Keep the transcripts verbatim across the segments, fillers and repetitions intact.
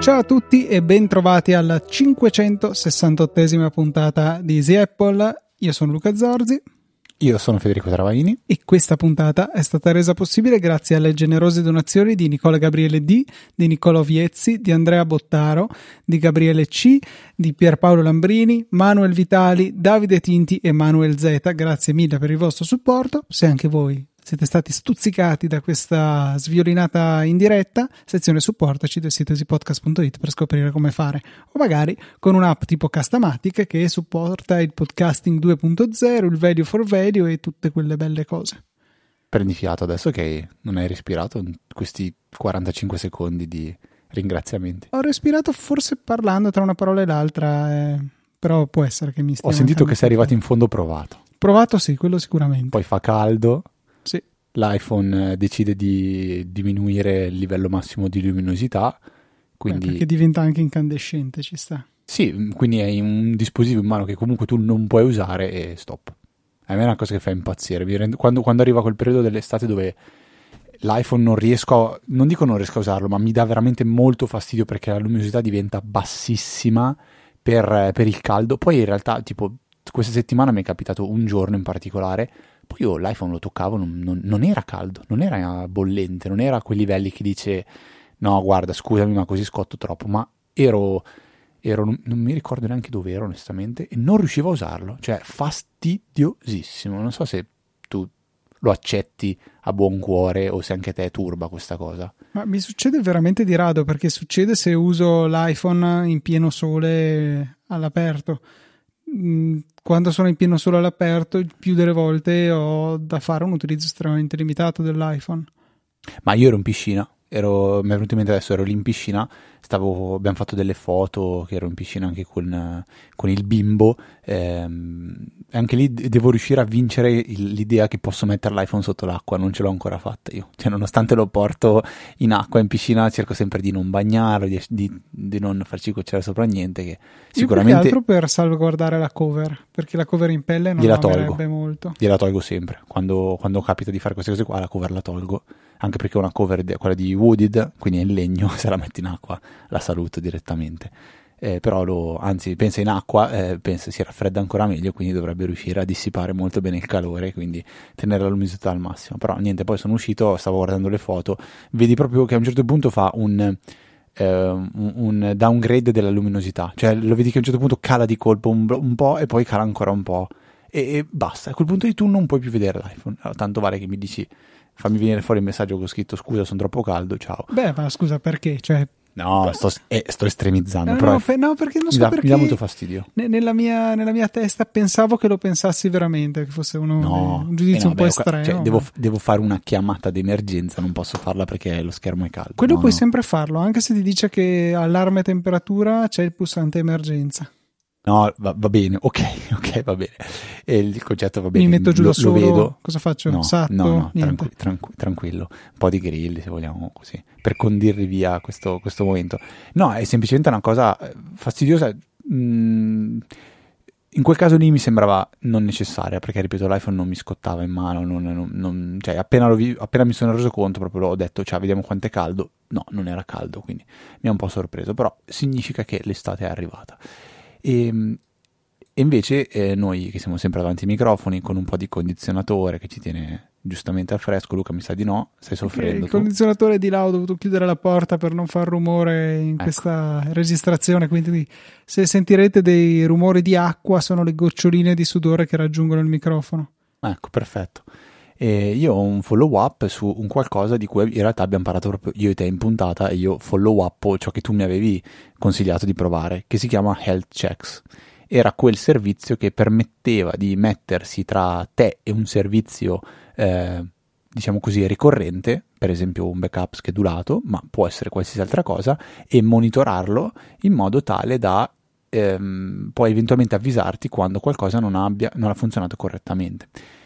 Ciao a tutti e ben trovati alla cinquecentosessantottesima puntata di Easy Apple. Io sono Luca Zorzi. Io sono Federico Travaini. E questa puntata è stata resa possibile grazie alle generose donazioni di Nicola Gabriele D, di Niccolò Viezzi, di Andrea Bottaro, di Gabriele C, di Pierpaolo Lambrini, Manuel Vitali, Davide Tinti e Manuel Z. Grazie mille per il vostro supporto. Se anche voi siete stati stuzzicati da questa sviolinata in diretta, sezione supportaci del sito easypodcast punto it per scoprire come fare, o magari con un'app tipo Castamatic che supporta il podcasting due punto zero, il value for value e tutte quelle belle cose. Prendi fiato adesso che non hai respirato in questi quarantacinque secondi di ringraziamenti. Ho respirato forse parlando tra una parola e l'altra, eh, però può essere che mi stia Ho sentito che sei arrivato in fondo provato. Provato sì, quello sicuramente. Poi fa caldo. Sì. L'iPhone decide di diminuire il livello massimo di luminosità, quindi... Beh, perché diventa anche incandescente, ci sta. Sì, quindi hai un dispositivo in mano che comunque tu non puoi usare e stop. A me è una cosa che fa impazzire. Mi rendo... quando, quando arriva quel periodo dell'estate dove l'iPhone non riesco, a... non dico non riesco a usarlo, ma mi dà veramente molto fastidio perché la luminosità diventa bassissima per, per il caldo. Poi in realtà, tipo, questa settimana mi è capitato un giorno in particolare. Poi io l'iPhone lo toccavo, non, non, non era caldo, non era bollente, non era a quei livelli che dice no guarda scusami ma così scotto troppo, ma ero, ero non, non mi ricordo neanche dove ero onestamente e non riuscivo a usarlo, cioè fastidiosissimo. Non so se tu lo accetti a buon cuore o se anche te turba questa cosa. Ma mi succede veramente di rado, perché succede se uso l'iPhone in pieno sole all'aperto. Quando sono in pieno sole all'aperto, il più delle volte ho da fare un utilizzo estremamente limitato dell'iPhone. Ma io ero in piscina, ero, mi è venuto in mente adesso, ero lì in piscina, stavo, abbiamo fatto delle foto che ero in piscina anche con, con il bimbo, ehm, anche lì devo riuscire a vincere il, l'idea che posso mettere l'iPhone sotto l'acqua, non ce l'ho ancora fatta io, cioè nonostante lo porto in acqua in piscina cerco sempre di non bagnarlo, di, di, di non farci cuocere sopra niente, che sicuramente... Io più che altro per salvaguardare la cover, perché la cover in pelle non amerebbe molto. Gliela tolgo sempre, quando, quando capita di fare queste cose qua la cover la tolgo, anche perché una cover, quella di Wooded, quindi è in legno, se la metti in acqua la saluto direttamente. Eh, però lo, anzi pensa in acqua, eh, pensa si raffredda ancora meglio, quindi dovrebbe riuscire a dissipare molto bene il calore, quindi tenere la luminosità al massimo. Però niente, poi sono uscito, stavo guardando le foto, vedi proprio che a un certo punto fa un, eh, un, un downgrade della luminosità, cioè lo vedi che a un certo punto cala di colpo un, un po' e poi cala ancora un po' e, e basta. A quel punto di tu non puoi più vedere l'iPhone. Allora, tanto vale che mi dici, fammi venire fuori il messaggio con scritto scusa sono troppo caldo, ciao. Beh, ma scusa, perché? Cioè... No, sto, eh, sto estremizzando, no, però no, fe- no, perché non so mi dà, perché mi dà molto fastidio. Ne- nella, mia, nella mia testa pensavo che lo pensassi veramente, che fosse uno, no. un giudizio eh no, un po' beh, estremo. Cioè, ma... devo, devo fare una chiamata d'emergenza, non posso farla perché lo schermo è caldo. Quello no, puoi no. sempre farlo, anche se ti dice che allarme temperatura c'è il pulsante emergenza. No, va, va bene, ok, ok, va bene. E il concetto va bene. Mi metto giù lo, da solo, lo vedo. cosa faccio? No, Satto? no, no, Niente. tranqu- tranqu- tranquillo. Un po' di grill, se vogliamo così, per condirli via questo, questo momento. No, è semplicemente una cosa fastidiosa. Mm, in quel caso lì mi sembrava non necessaria, perché ripeto, l'iPhone non mi scottava in mano, non, non, non, cioè appena, lo vi, appena mi sono reso conto, proprio l'ho detto, cioè vediamo quanto è caldo. No, non era caldo, quindi mi ha un po' sorpreso, però significa che l'estate è arrivata. E, e invece eh, noi che siamo sempre davanti ai microfoni con un po' di condizionatore che ci tiene giustamente al fresco, Luca mi sa di no, stai soffrendo. Il condizionatore di là, ho dovuto chiudere la porta per non far rumore in ecco. questa registrazione, quindi se sentirete dei rumori di acqua sono le goccioline di sudore che raggiungono il microfono. Ecco, perfetto. E io ho un follow up su un qualcosa di cui in realtà abbiamo parlato proprio io e te in puntata, e io follow up ciò che tu mi avevi consigliato di provare, che si chiama Health Checks. Era quel servizio che permetteva di mettersi tra te e un servizio eh, diciamo così ricorrente, per esempio un backup schedulato, ma può essere qualsiasi altra cosa, e monitorarlo in modo tale da ehm, poi eventualmente avvisarti quando qualcosa non abbia non ha funzionato correttamente.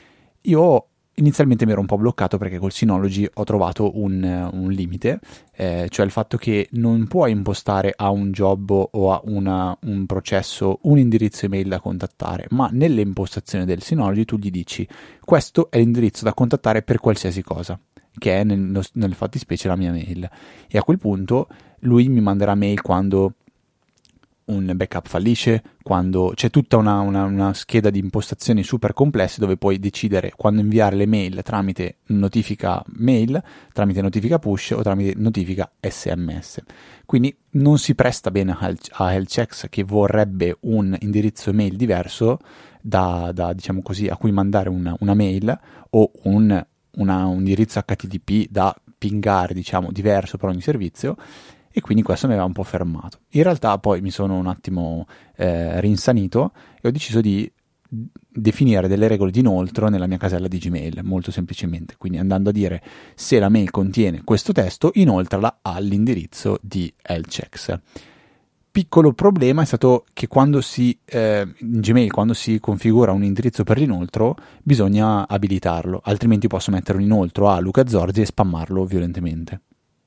Io inizialmente mi ero un po' bloccato perché col Synology ho trovato un, un limite, eh, cioè il fatto che non puoi impostare a un job o a una, un processo un indirizzo email da contattare, ma nelle impostazioni del Synology tu gli dici questo è l'indirizzo da contattare per qualsiasi cosa, che è nel, nel fattispecie la mia mail, e a quel punto lui mi manderà mail quando un backup fallisce, quando c'è tutta una, una, una scheda di impostazioni super complesse dove puoi decidere quando inviare le mail tramite notifica mail, tramite notifica push o tramite notifica S M S. Quindi non si presta bene a health checks, che vorrebbe un indirizzo email diverso da, da diciamo così, a cui mandare una, una mail, o un, una, un indirizzo H T T P da pingare, diciamo, diverso per ogni servizio. E quindi questo mi aveva un po' fermato. In realtà poi mi sono un attimo eh, rinsanito e ho deciso di definire delle regole di inoltro nella mia casella di Gmail, molto semplicemente. Quindi andando a dire: se la mail contiene questo testo, inoltrala all'indirizzo di health checks. Piccolo problema è stato che quando si eh, in Gmail, quando si configura un indirizzo per l'inoltro, bisogna abilitarlo, altrimenti posso mettere un inoltro a Luca Zorzi e spammarlo violentemente.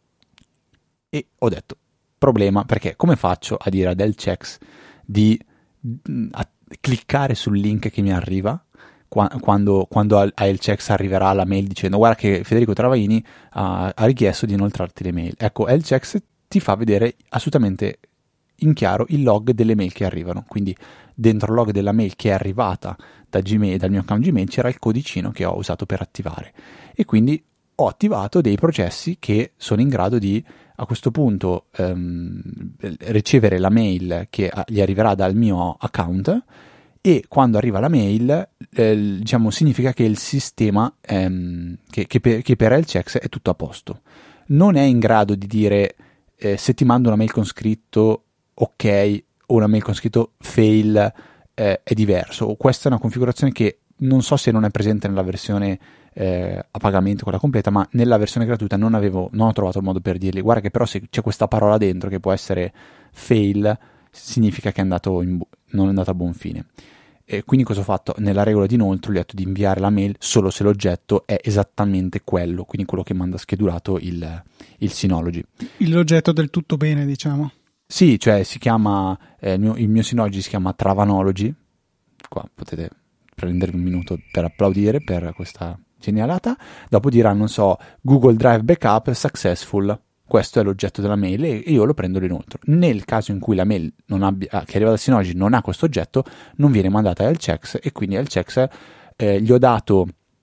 E ho detto, problema, perché come faccio a dire ad health checks di a cliccare sul link che mi arriva qua, quando, quando a health checks arriverà la mail dicendo: guarda che Federico Travaini ha, ha richiesto di inoltrarti le mail. Ecco, health checks ti fa vedere assolutamente in chiaro il log delle mail che arrivano, quindi dentro il log della mail che è arrivata da Gmail, dal mio account Gmail, c'era il codicino che ho usato per attivare, e quindi ho attivato dei processi che sono in grado di, a questo punto, ehm, ricevere la mail che gli arriverà dal mio account, e quando arriva la mail eh, diciamo significa che il sistema ehm, che, che, per, che per health checks è tutto a posto. Non è in grado di dire eh, se ti mando una mail con scritto ok o una mail con scritto fail eh, è diverso, o questa è una configurazione che non so se non è presente nella versione eh, a pagamento, quella completa, ma nella versione gratuita non avevo non ho trovato il modo per dirgli: guarda che però se c'è questa parola dentro che può essere fail, significa che è andato in bu- non è andato a buon fine. E quindi cosa ho fatto? Nella regola di inoltre gli ho detto di inviare la mail solo se l'oggetto è esattamente quello, quindi quello che manda schedulato il, il Synology. L'oggetto del tutto bene, diciamo. Sì, cioè si chiama eh, il, mio, il mio Synology si chiama Travanology. Qua potete prendervi un minuto per applaudire per questa genialata. Dopo dirà, non so, Google Drive Backup Successful. Questo è l'oggetto della mail e io lo prendo l'inoltre. Nel caso in cui la mail non abbia, che arriva da Synology non ha questo oggetto, non viene mandata a health checks, e quindi health checks eh, gli ho dato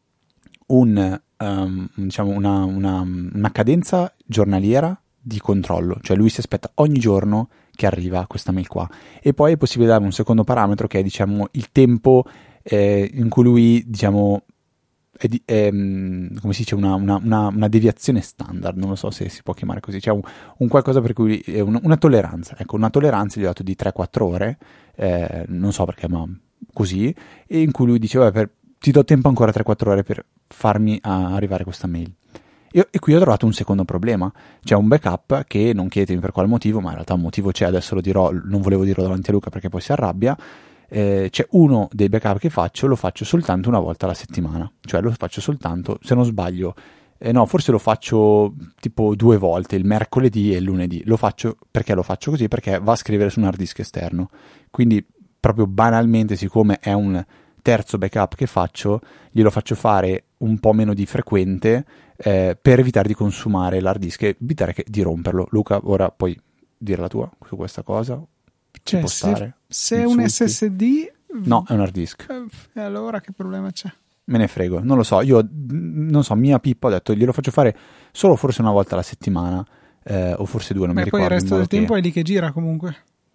un, um, diciamo una, una, una cadenza giornaliera di controllo, cioè lui si aspetta ogni giorno che arriva questa mail qua, e poi è possibile dare un secondo parametro che è, diciamo, il tempo eh, in cui lui, diciamo, è di, è, come si dice, una, una, una, una deviazione standard, non lo so se si può chiamare così, cioè un, un qualcosa per cui è una, una tolleranza, ecco, una tolleranza gli ho dato di tre quattro ore, eh, non so perché, ma così, e in cui lui dice: vabbè, per, ti do tempo ancora tre quattro ore per farmi a arrivare questa mail. E, e qui ho trovato un secondo problema: c'è un backup che non chiedetemi per quale motivo, ma in realtà un motivo c'è, adesso lo dirò, non volevo dirlo davanti a Luca perché poi si arrabbia. Eh, c'è uno dei backup che faccio, lo faccio soltanto una volta alla settimana, cioè lo faccio soltanto, se non sbaglio, eh, no, forse lo faccio tipo due volte, il mercoledì e il lunedì. Lo faccio perché lo faccio così? Perché va a scrivere su un hard disk esterno, quindi proprio banalmente, siccome è un terzo backup che faccio, glielo faccio fare un po' meno di frequente eh, per evitare di consumare l'hard disk e evitare che, di romperlo. Luca, ora puoi dire la tua su questa cosa? Cioè, può se, stare? se è un S S D, no, è un hard disk. E allora che problema c'è? Me ne frego, non lo so. Io, non so, mia Pippa ha detto glielo faccio fare solo forse una volta alla settimana, eh, o forse due, non ma mi ricordo. Ma poi il resto del che... tempo è lì che gira comunque.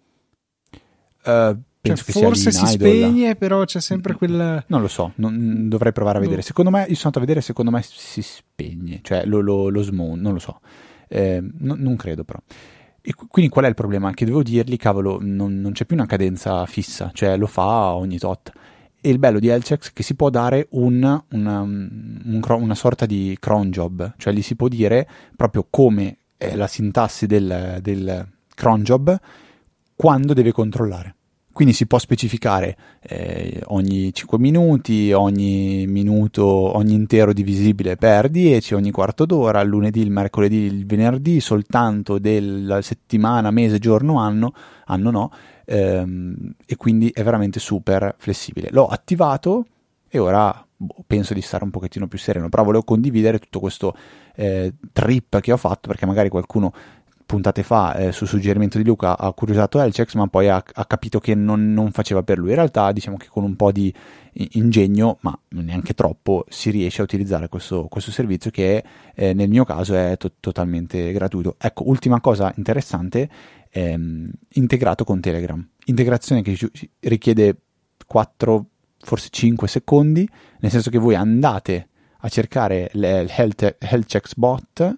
Uh, cioè, che forse sia si spegne, però c'è sempre quel... Non lo so, non, dovrei provare a vedere. No. Secondo me, io sono andato a vedere, secondo me si spegne, cioè lo, lo, lo smoon, non lo so. Eh, no, non credo però. E quindi qual è il problema? Che devo dirgli, cavolo, non, non c'è più una cadenza fissa, cioè lo fa ogni tot. E il bello di health checks è che si può dare un, una, un, una sorta di cron job, cioè gli si può dire proprio come è la sintassi del, del cron job quando deve controllare. Quindi si può specificare eh, ogni cinque minuti, ogni minuto, ogni intero divisibile per dieci, ogni quarto d'ora, il lunedì, il mercoledì, il venerdì, soltanto della settimana, mese, giorno, anno, anno no, ehm, e quindi è veramente super flessibile. L'ho attivato e ora boh, penso di stare un pochettino più sereno, però volevo condividere tutto questo eh, trip che ho fatto, perché magari qualcuno puntate fa eh, su suggerimento di Luca ha curiosato Helpchecks, ma poi ha, ha capito che non, non faceva per lui. In realtà diciamo che con un po' di ingegno, ma neanche troppo, si riesce a utilizzare questo, questo servizio che eh, nel mio caso è to- totalmente gratuito. Ecco, ultima cosa interessante, ehm, integrato con Telegram, integrazione che richiede quattro, forse cinque secondi, nel senso che voi andate a cercare il Helpchecks bot,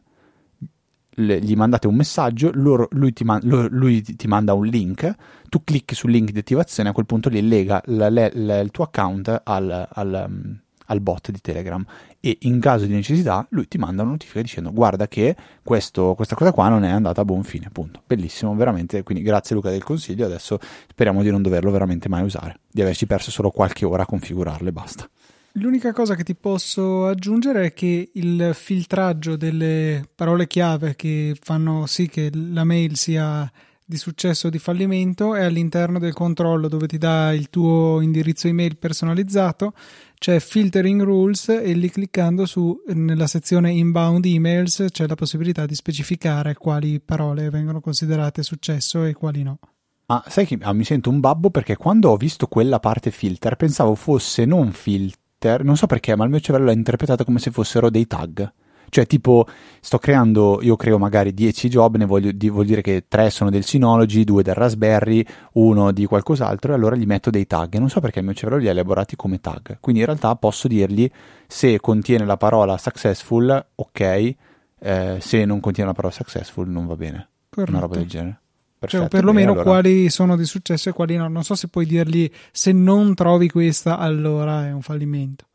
gli mandate un messaggio, loro, lui, ti man- lui ti manda un link, tu clicchi sul link di attivazione, a quel punto lì lega la, la, la, il tuo account al, al, um, al bot di Telegram, e in caso di necessità lui ti manda una notifica dicendo guarda che questo, questa cosa qua non è andata a buon fine, punto. Bellissimo, veramente, quindi grazie Luca del consiglio, adesso speriamo di non doverlo veramente mai usare, di averci perso solo qualche ora a configurarlo e basta. L'unica cosa che ti posso aggiungere è che il filtraggio delle parole chiave che fanno sì che la mail sia di successo o di fallimento è all'interno del controllo, dove ti dà il tuo indirizzo email personalizzato, c'è filtering rules, e lì cliccando su nella sezione inbound emails c'è la possibilità di specificare quali parole vengono considerate successo e quali no. Ah, sai che ah, mi sento un babbo, perché quando ho visto quella parte filter pensavo fosse non filter, non so perché, ma il mio cervello l'ha interpretato come se fossero dei tag. Cioè tipo, sto creando, io creo magari dieci job, ne voglio, di, vuol dire che tre sono del Synology, due del Raspberry, uno di qualcos'altro, e allora gli metto dei tag. E non so perché il mio cervello li ha elaborati come tag. Quindi in realtà posso dirgli se contiene la parola successful, ok, eh, se non contiene la parola successful non va bene. Corretto. Una roba del genere. Perfetto, cioè, perlomeno bene, allora... quali sono di successo e quali no. Non so se puoi dirgli se non trovi questa allora è un fallimento.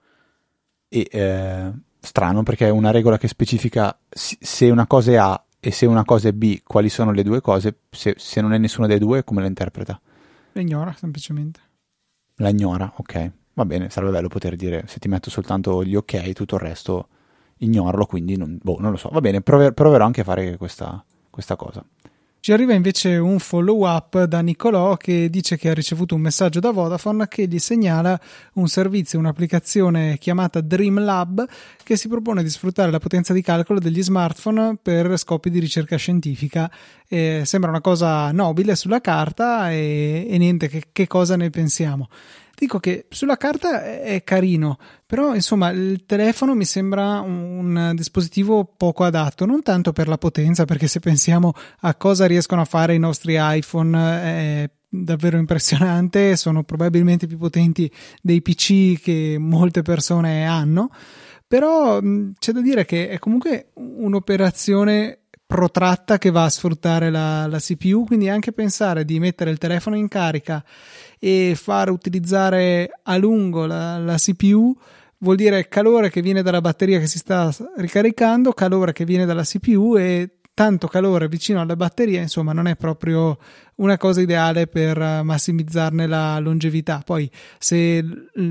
E eh, strano, perché è una regola che specifica se una cosa è A e se una cosa è B, quali sono le due cose. Se, se non è nessuna delle due, come la interpreta? La ignora semplicemente. La ignora, ok. Va bene, sarebbe bello poter dire se ti metto soltanto gli ok, tutto il resto ignoralo, quindi non, boh, non lo so. Va bene, prover- proverò anche a fare questa, questa cosa. Ci arriva invece un follow up da Nicolò, che dice che ha ricevuto un messaggio da Vodafone che gli segnala un servizio, un'applicazione chiamata Dreamlab, che si propone di sfruttare la potenza di calcolo degli smartphone per scopi di ricerca scientifica. Eh, sembra una cosa nobile sulla carta, e, e niente, che, che cosa ne pensiamo? Dico che sulla carta è carino, però insomma il telefono mi sembra un dispositivo poco adatto, non tanto per la potenza, perché se pensiamo a cosa riescono a fare i nostri iPhone è davvero impressionante, sono probabilmente più potenti dei P C che molte persone hanno, però c'è da dire che è comunque un'operazione protratta che va a sfruttare la, la C P U, quindi anche pensare di mettere il telefono in carica e far utilizzare a lungo la, la C P U vuol dire calore che viene dalla batteria che si sta ricaricando, calore che viene dalla C P U e tanto calore vicino alla batteria, insomma non è proprio una cosa ideale per massimizzarne la longevità. Poi se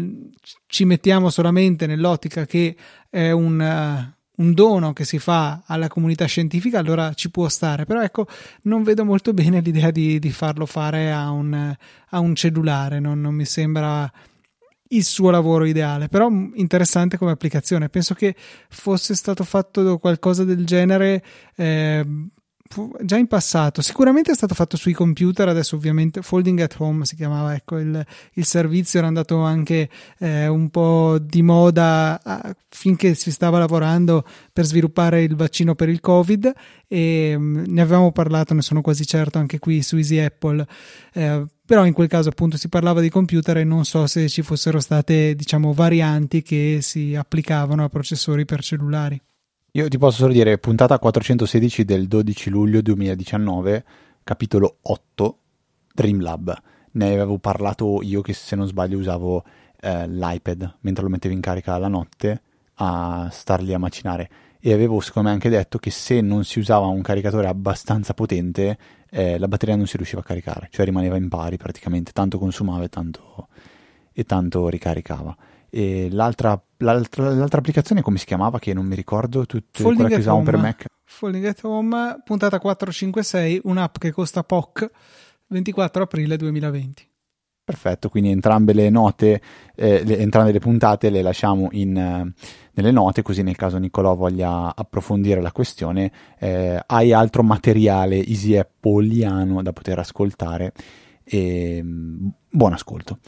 ci mettiamo solamente nell'ottica che è un un dono che si fa alla comunità scientifica, allora ci può stare, però ecco, non vedo molto bene l'idea di, di farlo fare a un, a un cellulare, non, non mi sembra il suo lavoro ideale, però interessante come applicazione. Penso che fosse stato fatto qualcosa del genere eh, già in passato, sicuramente è stato fatto sui computer, adesso ovviamente Folding at Home si chiamava, ecco, il, il servizio era andato anche eh, un po' di moda eh, finché si stava lavorando per sviluppare il vaccino per il Covid, e mh, ne avevamo parlato, ne sono quasi certo, anche qui su Easy Apple, eh, però in quel caso appunto si parlava di computer e non so se ci fossero state, diciamo, varianti che si applicavano a processori per cellulari. Io ti posso solo dire, puntata quattrocentosedici del dodici luglio duemiladiciannove, capitolo otto, Dreamlab. Ne avevo parlato io, che se non sbaglio usavo eh, l'iPad mentre lo mettevo in carica la notte a starli a macinare, e avevo secondo me anche detto che se non si usava un caricatore abbastanza potente eh, la batteria non si riusciva a caricare, cioè rimaneva in pari praticamente, tanto consumava e tanto, e tanto ricaricava. E l'altra, l'altra, l'altra applicazione come si chiamava, che non mi ricordo, tutte quelle che usavamo per Mac. Folding at Home, puntata quattrocentocinquantasei, un'app che costa poco, ventiquattro aprile duemilaventi. Perfetto, quindi entrambe le note, eh, le, entrambe le puntate le lasciamo in, eh, nelle note, così nel caso Nicolò voglia approfondire la questione, eh, hai altro materiale easy appleiano da poter ascoltare. E, buon ascolto.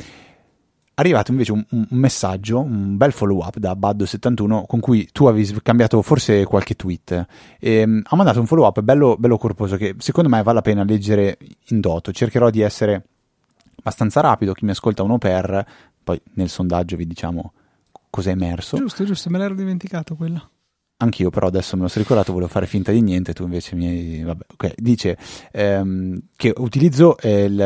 È arrivato invece un, un messaggio, un bel follow up da Baddo settantuno con cui tu avevi cambiato forse qualche tweet e um, ha mandato un follow up bello, bello corposo che secondo me vale la pena leggere in toto. Cercherò di essere abbastanza rapido, chi mi ascolta uno per, poi nel sondaggio vi diciamo cosa è emerso. Giusto, giusto, me l'ero dimenticato quello. Anch'io però adesso me lo sono ricordato, volevo fare finta di niente, tu invece mi... Vabbè, ok. Dice ehm, che utilizzo eh, il,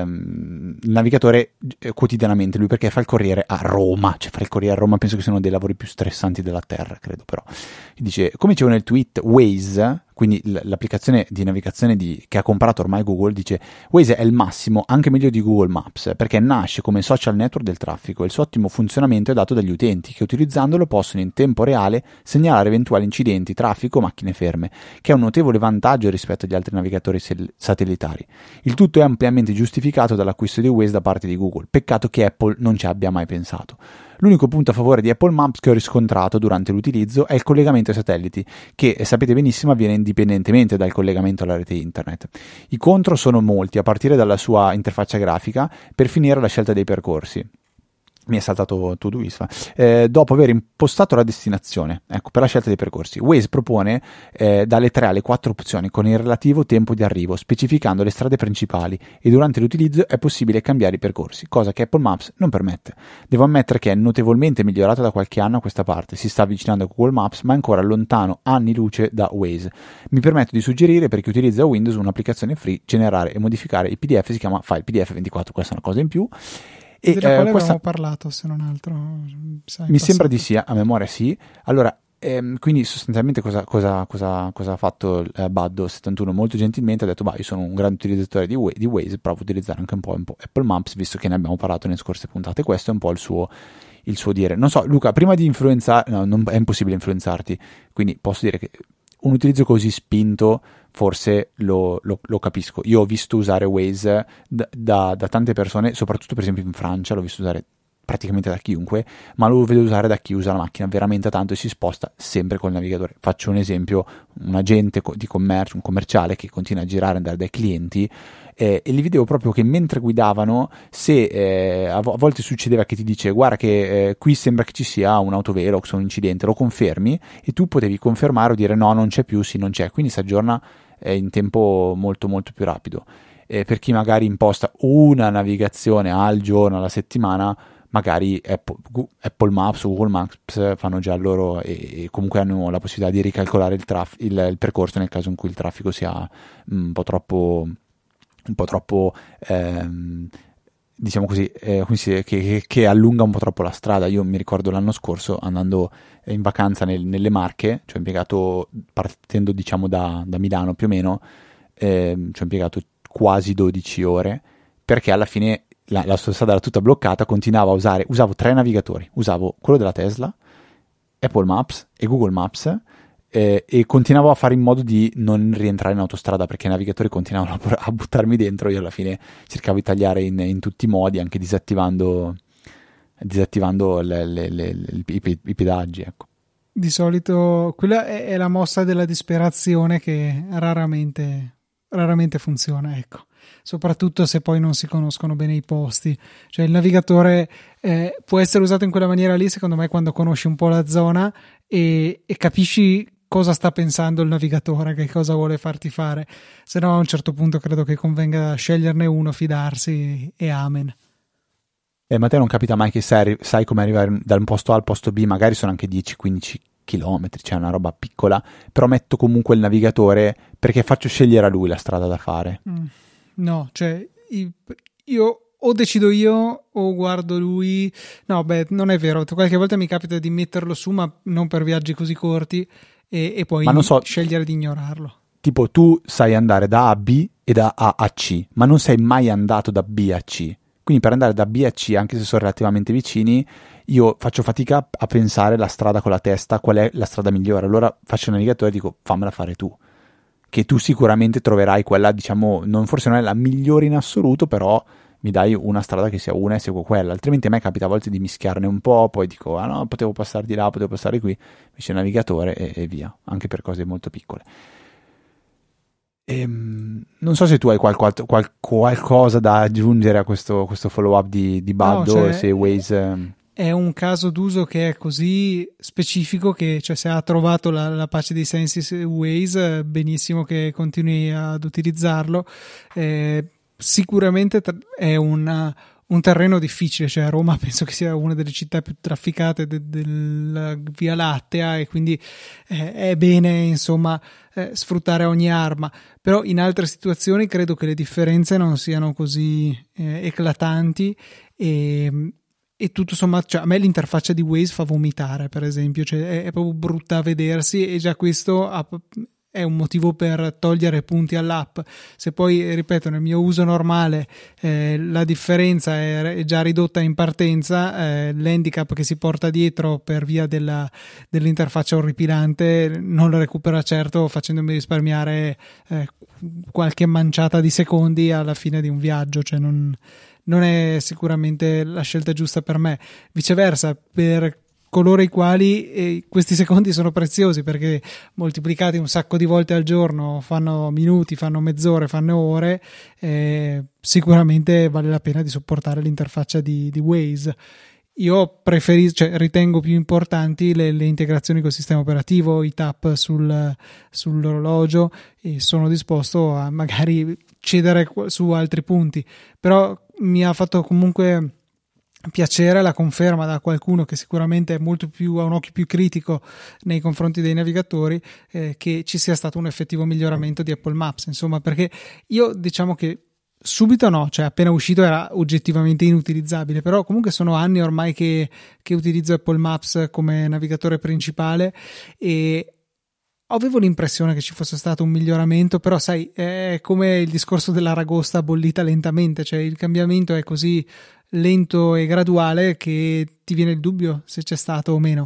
il, il navigatore eh, quotidianamente, lui perché fa il corriere a Roma, cioè fare il corriere a Roma penso che siano dei lavori più stressanti della terra, credo però. Dice, come dicevo nel tweet, Waze, quindi l'applicazione di navigazione di, che ha comprato ormai Google, dice Waze è il massimo, anche meglio di Google Maps, perché nasce come social network del traffico e il suo ottimo funzionamento è dato dagli utenti, che utilizzandolo possono in tempo reale segnalare eventuali incidenti, traffico, macchine ferme, che è un notevole vantaggio rispetto agli altri navigatori satellitari. Il tutto è ampiamente giustificato dall'acquisto di Waze da parte di Google, peccato che Apple non ci abbia mai pensato. L'unico punto a favore di Apple Maps che ho riscontrato durante l'utilizzo è il collegamento ai satelliti, che sapete benissimo avviene indipendentemente dal collegamento alla rete internet. I contro sono molti, a partire dalla sua interfaccia grafica, per finire alla scelta dei percorsi. Mi è saltato Todoist, eh, dopo aver impostato la destinazione, ecco, per la scelta dei percorsi. Waze propone eh, dalle tre alle quattro opzioni con il relativo tempo di arrivo, specificando le strade principali, e durante l'utilizzo è possibile cambiare i percorsi, cosa che Apple Maps non permette. Devo ammettere che è notevolmente migliorata da qualche anno a questa parte, si sta avvicinando a Google Maps ma è ancora lontano anni luce da Waze. Mi permetto di suggerire per chi utilizza Windows un'applicazione free, generare e modificare i P D F, si chiama File P D F ventiquattro, questa è una cosa in più. E della eh, quale questa... avevamo parlato, se non altro. Sai, mi sembra di sì, a memoria sì. Allora, ehm, quindi sostanzialmente cosa, cosa, cosa, cosa ha fatto eh, Baddo settantuno? Molto gentilmente ha detto, bah, io sono un grande utilizzatore di, Waze, di Waze, provo a utilizzare anche un po', un po' Apple Maps, visto che ne abbiamo parlato nelle scorse puntate. Questo è un po' il suo, il suo dire. Non so, Luca, prima di influenzare, no, non, è impossibile influenzarti, quindi posso dire che un utilizzo così spinto forse lo, lo, lo capisco. Io ho visto usare Waze da, da, da tante persone, soprattutto per esempio in Francia, l'ho visto usare praticamente da chiunque, ma lo vedo usare da chi usa la macchina veramente tanto e si sposta sempre col navigatore. Faccio un esempio, un agente di commercio, un commerciale che continua a girare, andare dai clienti, eh, e li vedevo proprio che mentre guidavano, se eh, a, vo- a volte succedeva che ti dice guarda che eh, qui sembra che ci sia un autovelox o un incidente, lo confermi, e tu potevi confermare o dire no, non c'è più, sì, non c'è, quindi si aggiorna eh, in tempo molto molto più rapido. Eh, per chi magari imposta una navigazione al giorno, alla settimana, magari Apple, Apple Maps o Google Maps fanno già loro, e, e comunque hanno la possibilità di ricalcolare il, traf- il, il percorso nel caso in cui il traffico sia un po' troppo un po' troppo ehm, diciamo così, eh, che, che, che allunga un po' troppo la strada. Io mi ricordo l'anno scorso andando in vacanza nel, nelle Marche, ci ho impiegato, partendo diciamo da, da Milano più o meno, eh, ci ho impiegato quasi dodici ore, perché alla fine la, la strada era tutta bloccata, continuavo a usare, usavo tre navigatori, usavo quello della Tesla, Apple Maps e Google Maps, eh, e continuavo a fare in modo di non rientrare in autostrada perché i navigatori continuavano a, a buttarmi dentro. Io alla fine cercavo di tagliare in, in tutti i modi, anche disattivando disattivando le, le, le, le, i, i pedaggi, ecco. Di solito quella è, è la mossa della disperazione che raramente raramente funziona, ecco. Soprattutto se poi non si conoscono bene i posti. Cioè il navigatore eh, può essere usato in quella maniera lì, secondo me, quando conosci un po' la zona e, e capisci cosa sta pensando il navigatore, che cosa vuole farti fare. Se no a un certo punto credo che convenga sceglierne uno, fidarsi e amen. Eh, ma te non capita mai che sai, sai come arrivare da un posto A al posto B, magari sono anche dieci quindici chilometri, cioè una roba piccola, però metto comunque il navigatore perché faccio scegliere a lui la strada da fare. Mm. No, cioè io o decido io o guardo lui. No, beh, non è vero. Qualche volta mi capita di metterlo su, ma non per viaggi così corti, e, e poi so, scegliere di ignorarlo. Tipo tu sai andare da A a B e da A a C, ma non sei mai andato da B a C. Quindi per andare da B a C, anche se sono relativamente vicini, io faccio fatica a pensare la strada con la testa, qual è la strada migliore. Allora faccio il navigatore e dico fammela fare tu, che tu sicuramente troverai quella, diciamo, non, forse non è la migliore in assoluto, però mi dai una strada che sia una e seguo quella, altrimenti a me capita a volte di mischiarne un po', poi dico ah no, potevo passare di là, potevo passare di qui, invece il navigatore e, e via, anche per cose molto piccole. Ehm, non so se tu hai qual, qual, qual, qualcosa da aggiungere a questo, questo follow up di, di Baddo, no, cioè, se Waze... È un caso d'uso che è così specifico che, cioè, se ha trovato la, la pace dei sensi Waze, benissimo che continui ad utilizzarlo. Eh, sicuramente è una, un terreno difficile, cioè Roma penso che sia una delle città più trafficate de, della Via Lattea, e quindi eh, è bene insomma eh, sfruttare ogni arma, però in altre situazioni credo che le differenze non siano così eh, eclatanti, e E tutto sommato, cioè, a me l'interfaccia di Waze fa vomitare, per esempio, cioè, è, è proprio brutta a vedersi, e già questo ha, è un motivo per togliere punti all'app. Se poi, ripeto, nel mio uso normale eh, la differenza è, è già ridotta in partenza, eh, l'handicap che si porta dietro per via della, dell'interfaccia orripilante non lo recupera certo, facendomi risparmiare eh, qualche manciata di secondi alla fine di un viaggio, cioè non... non è sicuramente la scelta giusta per me. Viceversa, per coloro i quali eh, questi secondi sono preziosi, perché moltiplicati un sacco di volte al giorno fanno minuti, fanno mezz'ore, fanno ore, eh, sicuramente vale la pena di supportare l'interfaccia di, di Waze. Io preferisco, cioè, ritengo più importanti le, le integrazioni col sistema operativo, i tap sul, sull'orologio, e sono disposto a magari cedere su altri punti, però mi ha fatto comunque piacere la conferma da qualcuno che sicuramente è molto più, ha un occhio più critico nei confronti dei navigatori, eh, che ci sia stato un effettivo miglioramento di Apple Maps, insomma, perché io diciamo che subito no, cioè appena uscito era oggettivamente inutilizzabile, però comunque sono anni ormai che, che utilizzo Apple Maps come navigatore principale, e avevo l'impressione che ci fosse stato un miglioramento, però sai, è come il discorso dell'aragosta bollita lentamente, cioè il cambiamento è così lento e graduale che ti viene il dubbio se c'è stato o meno.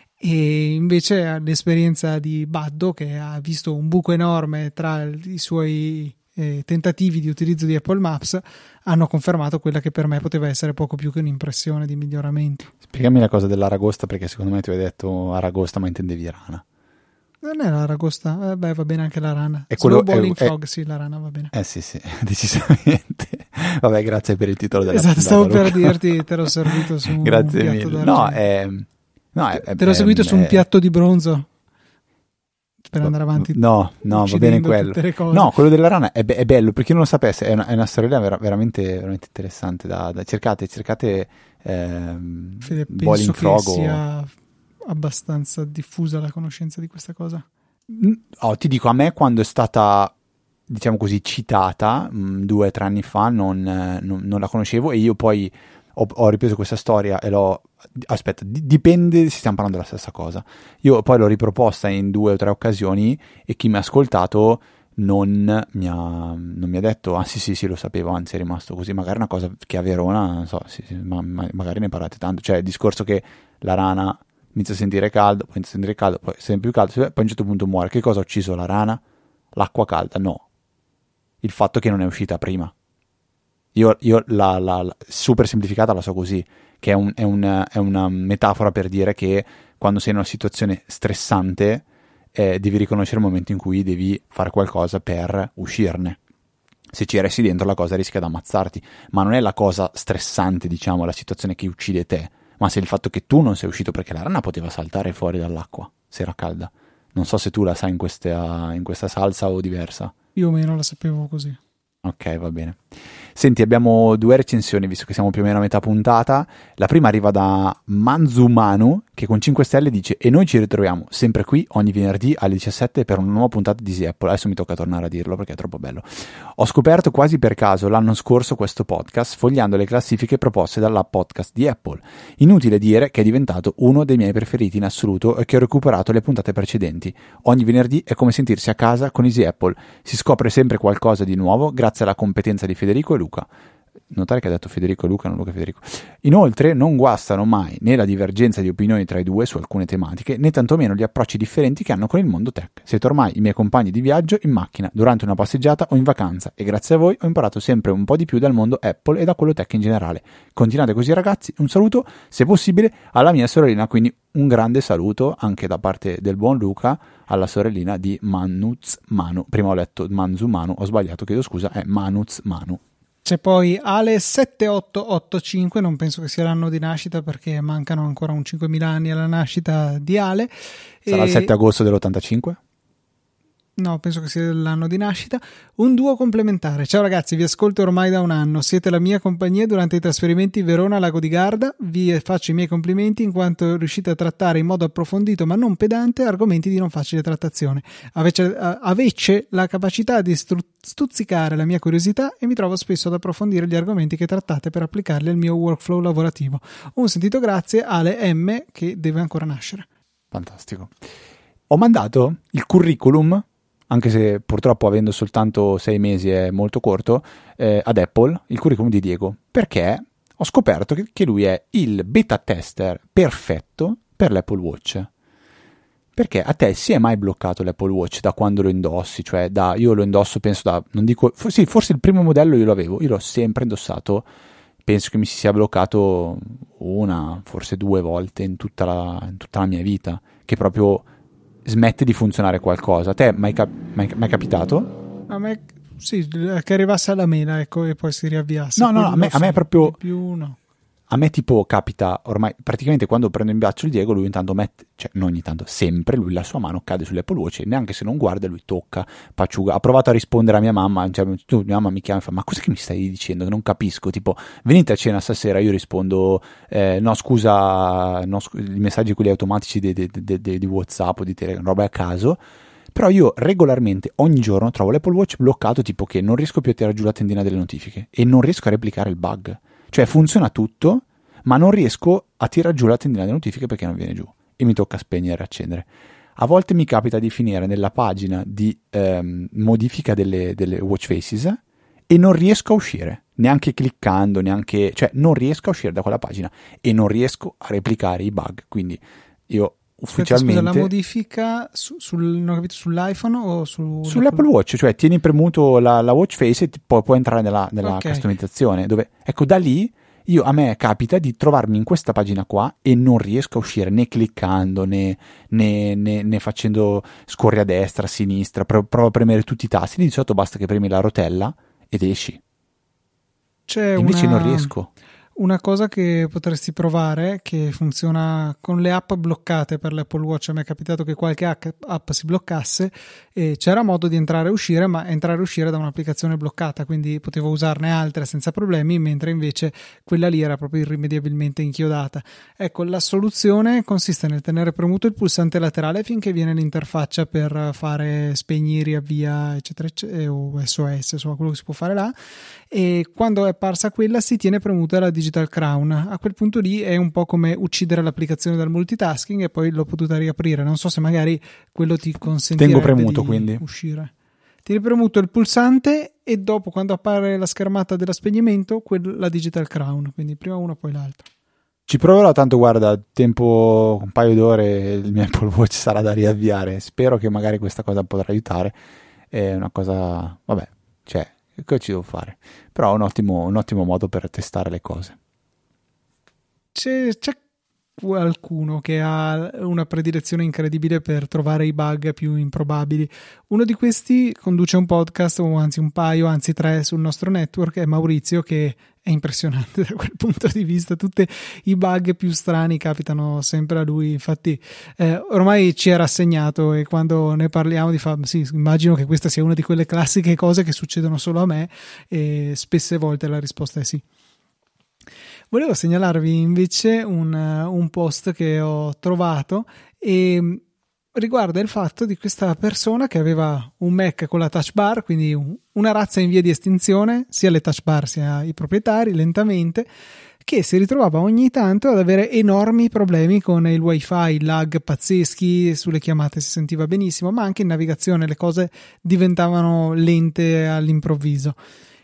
E invece l'esperienza di Baddo, che ha visto un buco enorme tra i suoi eh, tentativi di utilizzo di Apple Maps, hanno confermato quella che per me poteva essere poco più che un'impressione di miglioramento. Spiegami la cosa dell'aragosta, perché secondo me tu hai detto aragosta ma intendevi rana. Non è l'aragosta, eh, beh, va bene anche la rana. È quello, Bowling è, Frog, è, sì, la rana va bene. Eh sì, sì, decisamente. Vabbè, grazie per il titolo della Esatto, stavo Luca. per dirti, te l'ho servito su un grazie piatto mille. d'argento. No, è, no, è, te l'ho è, servito è, su un è, piatto di bronzo per andare avanti. No, no, va bene quello. No, quello della rana è, be- è bello, per chi non lo sapesse, è una, è una storia ver- veramente, veramente interessante. Da, da cercate, cercate ehm, Fede, Bowling penso Frog. che sia abbastanza diffusa la conoscenza di questa cosa. Oh, ti dico, a me quando è stata, diciamo così, citata mh, due o tre anni fa non, non, non la conoscevo, e io poi ho, ho ripreso questa storia e l'ho aspetta, d- dipende se stiamo parlando della stessa cosa. Io poi l'ho riproposta in due o tre occasioni, e chi mi ha ascoltato non mi ha, non mi ha detto ah sì sì sì lo sapevo, anzi è rimasto così. Magari una cosa che a Verona non so, sì, sì, ma, ma, magari ne parlate tanto, cioè il discorso che la rana inizia a sentire caldo, poi inizia a sentire caldo, poi sempre più caldo, poi a un certo punto muore. Che cosa ha ucciso la rana? L'acqua calda? No, il fatto che non è uscita prima. Io, io la, la, la super semplificata la so così, che è, un, è, un, è una metafora per dire che quando sei in una situazione stressante eh, devi riconoscere il momento in cui devi fare qualcosa per uscirne. Se ci resti dentro la cosa rischia di ammazzarti, ma non è la cosa stressante, diciamo, la situazione che uccide te, ma se il fatto che tu non sei uscito, perché la rana poteva saltare fuori dall'acqua se era calda. Non so se tu la sai in questa, in questa salsa o diversa. Più o meno la sapevo così. Ok, va bene. Senti, abbiamo due recensioni, visto che siamo più o meno a metà puntata. La prima arriva da Manzumanu, che con cinque stelle dice: e noi ci ritroviamo sempre qui ogni venerdì alle diciassette per una nuova puntata di Easy Apple. Adesso mi tocca tornare a dirlo perché è troppo bello. Ho scoperto quasi per caso l'anno scorso questo podcast sfogliando le classifiche proposte dalla podcast di Apple. Inutile dire che è diventato uno dei miei preferiti in assoluto e che ho recuperato le puntate precedenti. Ogni venerdì è come sentirsi a casa con Easy Apple. Si scopre sempre qualcosa di nuovo grazie alla competenza di Federico e Luca. Notare che ha detto Federico e Luca, non Luca e Federico. Inoltre non guastano mai né la divergenza di opinioni tra i due su alcune tematiche, né tantomeno gli approcci differenti che hanno con il mondo tech. Siete ormai i miei compagni di viaggio in macchina, durante una passeggiata o in vacanza, e grazie a voi ho imparato sempre un po' di più dal mondo Apple e da quello tech in generale. Continuate così ragazzi, un saluto, se possibile, alla mia sorellina, quindi un grande saluto anche da parte del buon Luca alla sorellina di Manuz Manu. Prima ho letto Manzu Manu, ho sbagliato, chiedo scusa, è Manuz Manu. C'è poi Ale sette otto otto cinque, non penso che sia l'anno di nascita perché mancano ancora un cinquemila anni alla nascita di Ale. Sarà e... il sette agosto dell'ottantacinque? No, penso che sia l'anno di nascita. Un duo complementare. Ciao ragazzi, vi ascolto ormai da un anno. Siete la mia compagnia durante i trasferimenti Verona-Lago di Garda. Vi faccio i miei complimenti in quanto riuscite a trattare in modo approfondito ma non pedante argomenti di non facile trattazione. Avece, avece la capacità di stru- stuzzicare la mia curiosità e mi trovo spesso ad approfondire gli argomenti che trattate per applicarli al mio workflow lavorativo. Un sentito grazie, Ale M, che deve ancora nascere. Fantastico. Ho mandato il curriculum, anche se purtroppo avendo soltanto sei mesi è molto corto, eh, ad Apple, il curriculum di Diego, perché ho scoperto che, che lui è il beta tester perfetto per l'Apple Watch. Perché a te si è mai bloccato l'Apple Watch da quando lo indossi? Cioè, da, io lo indosso, penso da, non dico, for, sì, forse il primo modello io l'avevo, io l'ho sempre indossato, penso che mi si sia bloccato una, forse due volte in tutta la, in tutta la mia vita, che proprio smette di funzionare qualcosa. A te mai, cap- mai, mai capitato? A me sì, che arrivasse alla mela, ecco, e poi si riavviasse. No, no, a me, a me è proprio più, no. A me tipo capita ormai praticamente quando prendo in braccio il Diego, lui intanto mette, cioè non ogni tanto, sempre lui la sua mano cade sull'Apple Watch e neanche se non guarda lui tocca, pacciuga. Ha provato a rispondere a mia mamma, cioè, tu, mia mamma mi chiama e fa: ma cos'è che mi stai dicendo? Che non capisco, tipo venite a cena stasera, io rispondo eh, no scusa, no, scu- i messaggi quelli automatici di, di, di, di, di WhatsApp o di Telegram, roba a caso. Però io regolarmente ogni giorno trovo l'Apple Watch bloccato, tipo che non riesco più a tirare giù la tendina delle notifiche e non riesco a replicare il bug. Cioè funziona tutto, ma non riesco a tirare giù la tendina delle notifiche perché non viene giù e mi tocca spegnere e riaccendere. A volte mi capita di finire nella pagina di ehm, modifica delle, delle watch faces e non riesco a uscire, neanche cliccando, neanche, cioè non riesco a uscire da quella pagina e non riesco a replicare i bug. Quindi io ufficialmente... Scusa, la modifica su, sul, non ho capito, sull'iPhone o su... sull'Apple Watch, cioè tieni premuto la, la watch face e poi puoi entrare nella, nella okay. customizzazione, dove, ecco, da lì io, a me capita di trovarmi in questa pagina qua e non riesco a uscire né cliccando né, né, né, né facendo scorri a destra, a sinistra, pro, provo a premere tutti i tasti, di solito basta che premi la rotella ed esci. C'è invece una... non riesco. Una cosa che potresti provare, che funziona con le app bloccate per l'Apple Watch, a me è capitato che qualche app si bloccasse e c'era modo di entrare e uscire, ma entrare e uscire da un'applicazione bloccata, quindi potevo usarne altre senza problemi, mentre invece quella lì era proprio irrimediabilmente inchiodata. Ecco, la soluzione consiste nel tenere premuto il pulsante laterale finché viene l'interfaccia per fare spegni, riavvia, eccetera, eccetera, o S O S, insomma quello che si può fare là, e quando è apparsa quella si tiene premuta la Digital Crown. A quel punto lì è un po' come uccidere l'applicazione dal multitasking e poi l'ho potuta riaprire. Non so se magari quello ti consentirebbe Tengo premuto, di quindi uscire. Tieni premuto il pulsante e dopo, quando appare la schermata dello spegnimento, quel, la Digital Crown, quindi prima uno poi l'altro. Ci proverò, tanto guarda, tempo un paio d'ore il mio Apple Watch sarà da riavviare. Spero che magari questa cosa potrà aiutare. È una cosa, vabbè, cioè, che ci devo fare? Però è un ottimo, un ottimo modo per testare le cose. C'è, c'è qualcuno che ha una predilezione incredibile per trovare i bug più improbabili. Uno di questi conduce un podcast, o anzi un paio, anzi tre sul nostro network, è Maurizio, che è impressionante da quel punto di vista. Tutti i bug più strani capitano sempre a lui. Infatti eh, ormai ci è rassegnato e quando ne parliamo di fa sì, immagino che questa sia una di quelle classiche cose che succedono solo a me, e spesse volte la risposta è sì. Volevo segnalarvi invece un, un post che ho trovato e riguarda il fatto di questa persona che aveva un Mac con la touch bar, quindi una razza in via di estinzione, sia le touch bar sia i proprietari, lentamente, che si ritrovava ogni tanto ad avere enormi problemi con il wifi, lag pazzeschi, sulle chiamate si sentiva benissimo, ma anche in navigazione le cose diventavano lente all'improvviso.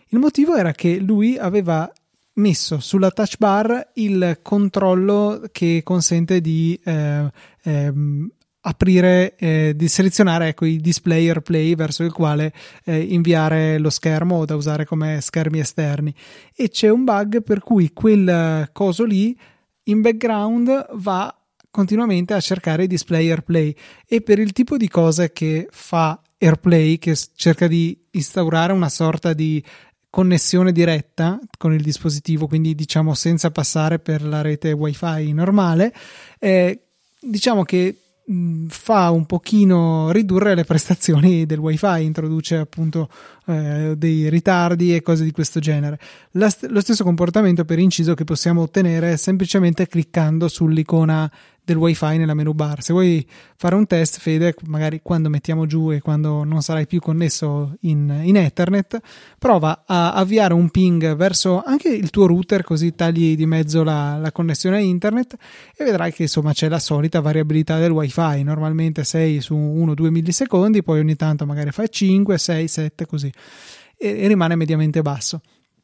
Il motivo era che lui aveva messo sulla touch bar il controllo che consente di eh, ehm, aprire, eh, di selezionare ecco, i display AirPlay verso il quale eh, inviare lo schermo o da usare come schermi esterni, e c'è un bug per cui quel coso lì in background va continuamente a cercare i display AirPlay, e per il tipo di cose che fa AirPlay, che cerca di instaurare una sorta di connessione diretta con il dispositivo, quindi diciamo senza passare per la rete wifi normale, eh, diciamo che mh, fa un pochino ridurre le prestazioni del wifi, introduce appunto eh, dei ritardi e cose di questo genere. La st- lo stesso comportamento per inciso che possiamo ottenere semplicemente cliccando sull'icona del wifi nella menu bar. Se vuoi fare un test, Fede, magari quando mettiamo giù e quando non sarai più connesso in, in Ethernet, prova a avviare un ping verso anche il tuo router, così tagli di mezzo la, la connessione a internet, e vedrai che insomma c'è la solita variabilità del wifi. Normalmente sei su uno due millisecondi, poi ogni tanto magari fai cinque, sei, sette così, e, e rimane mediamente basso.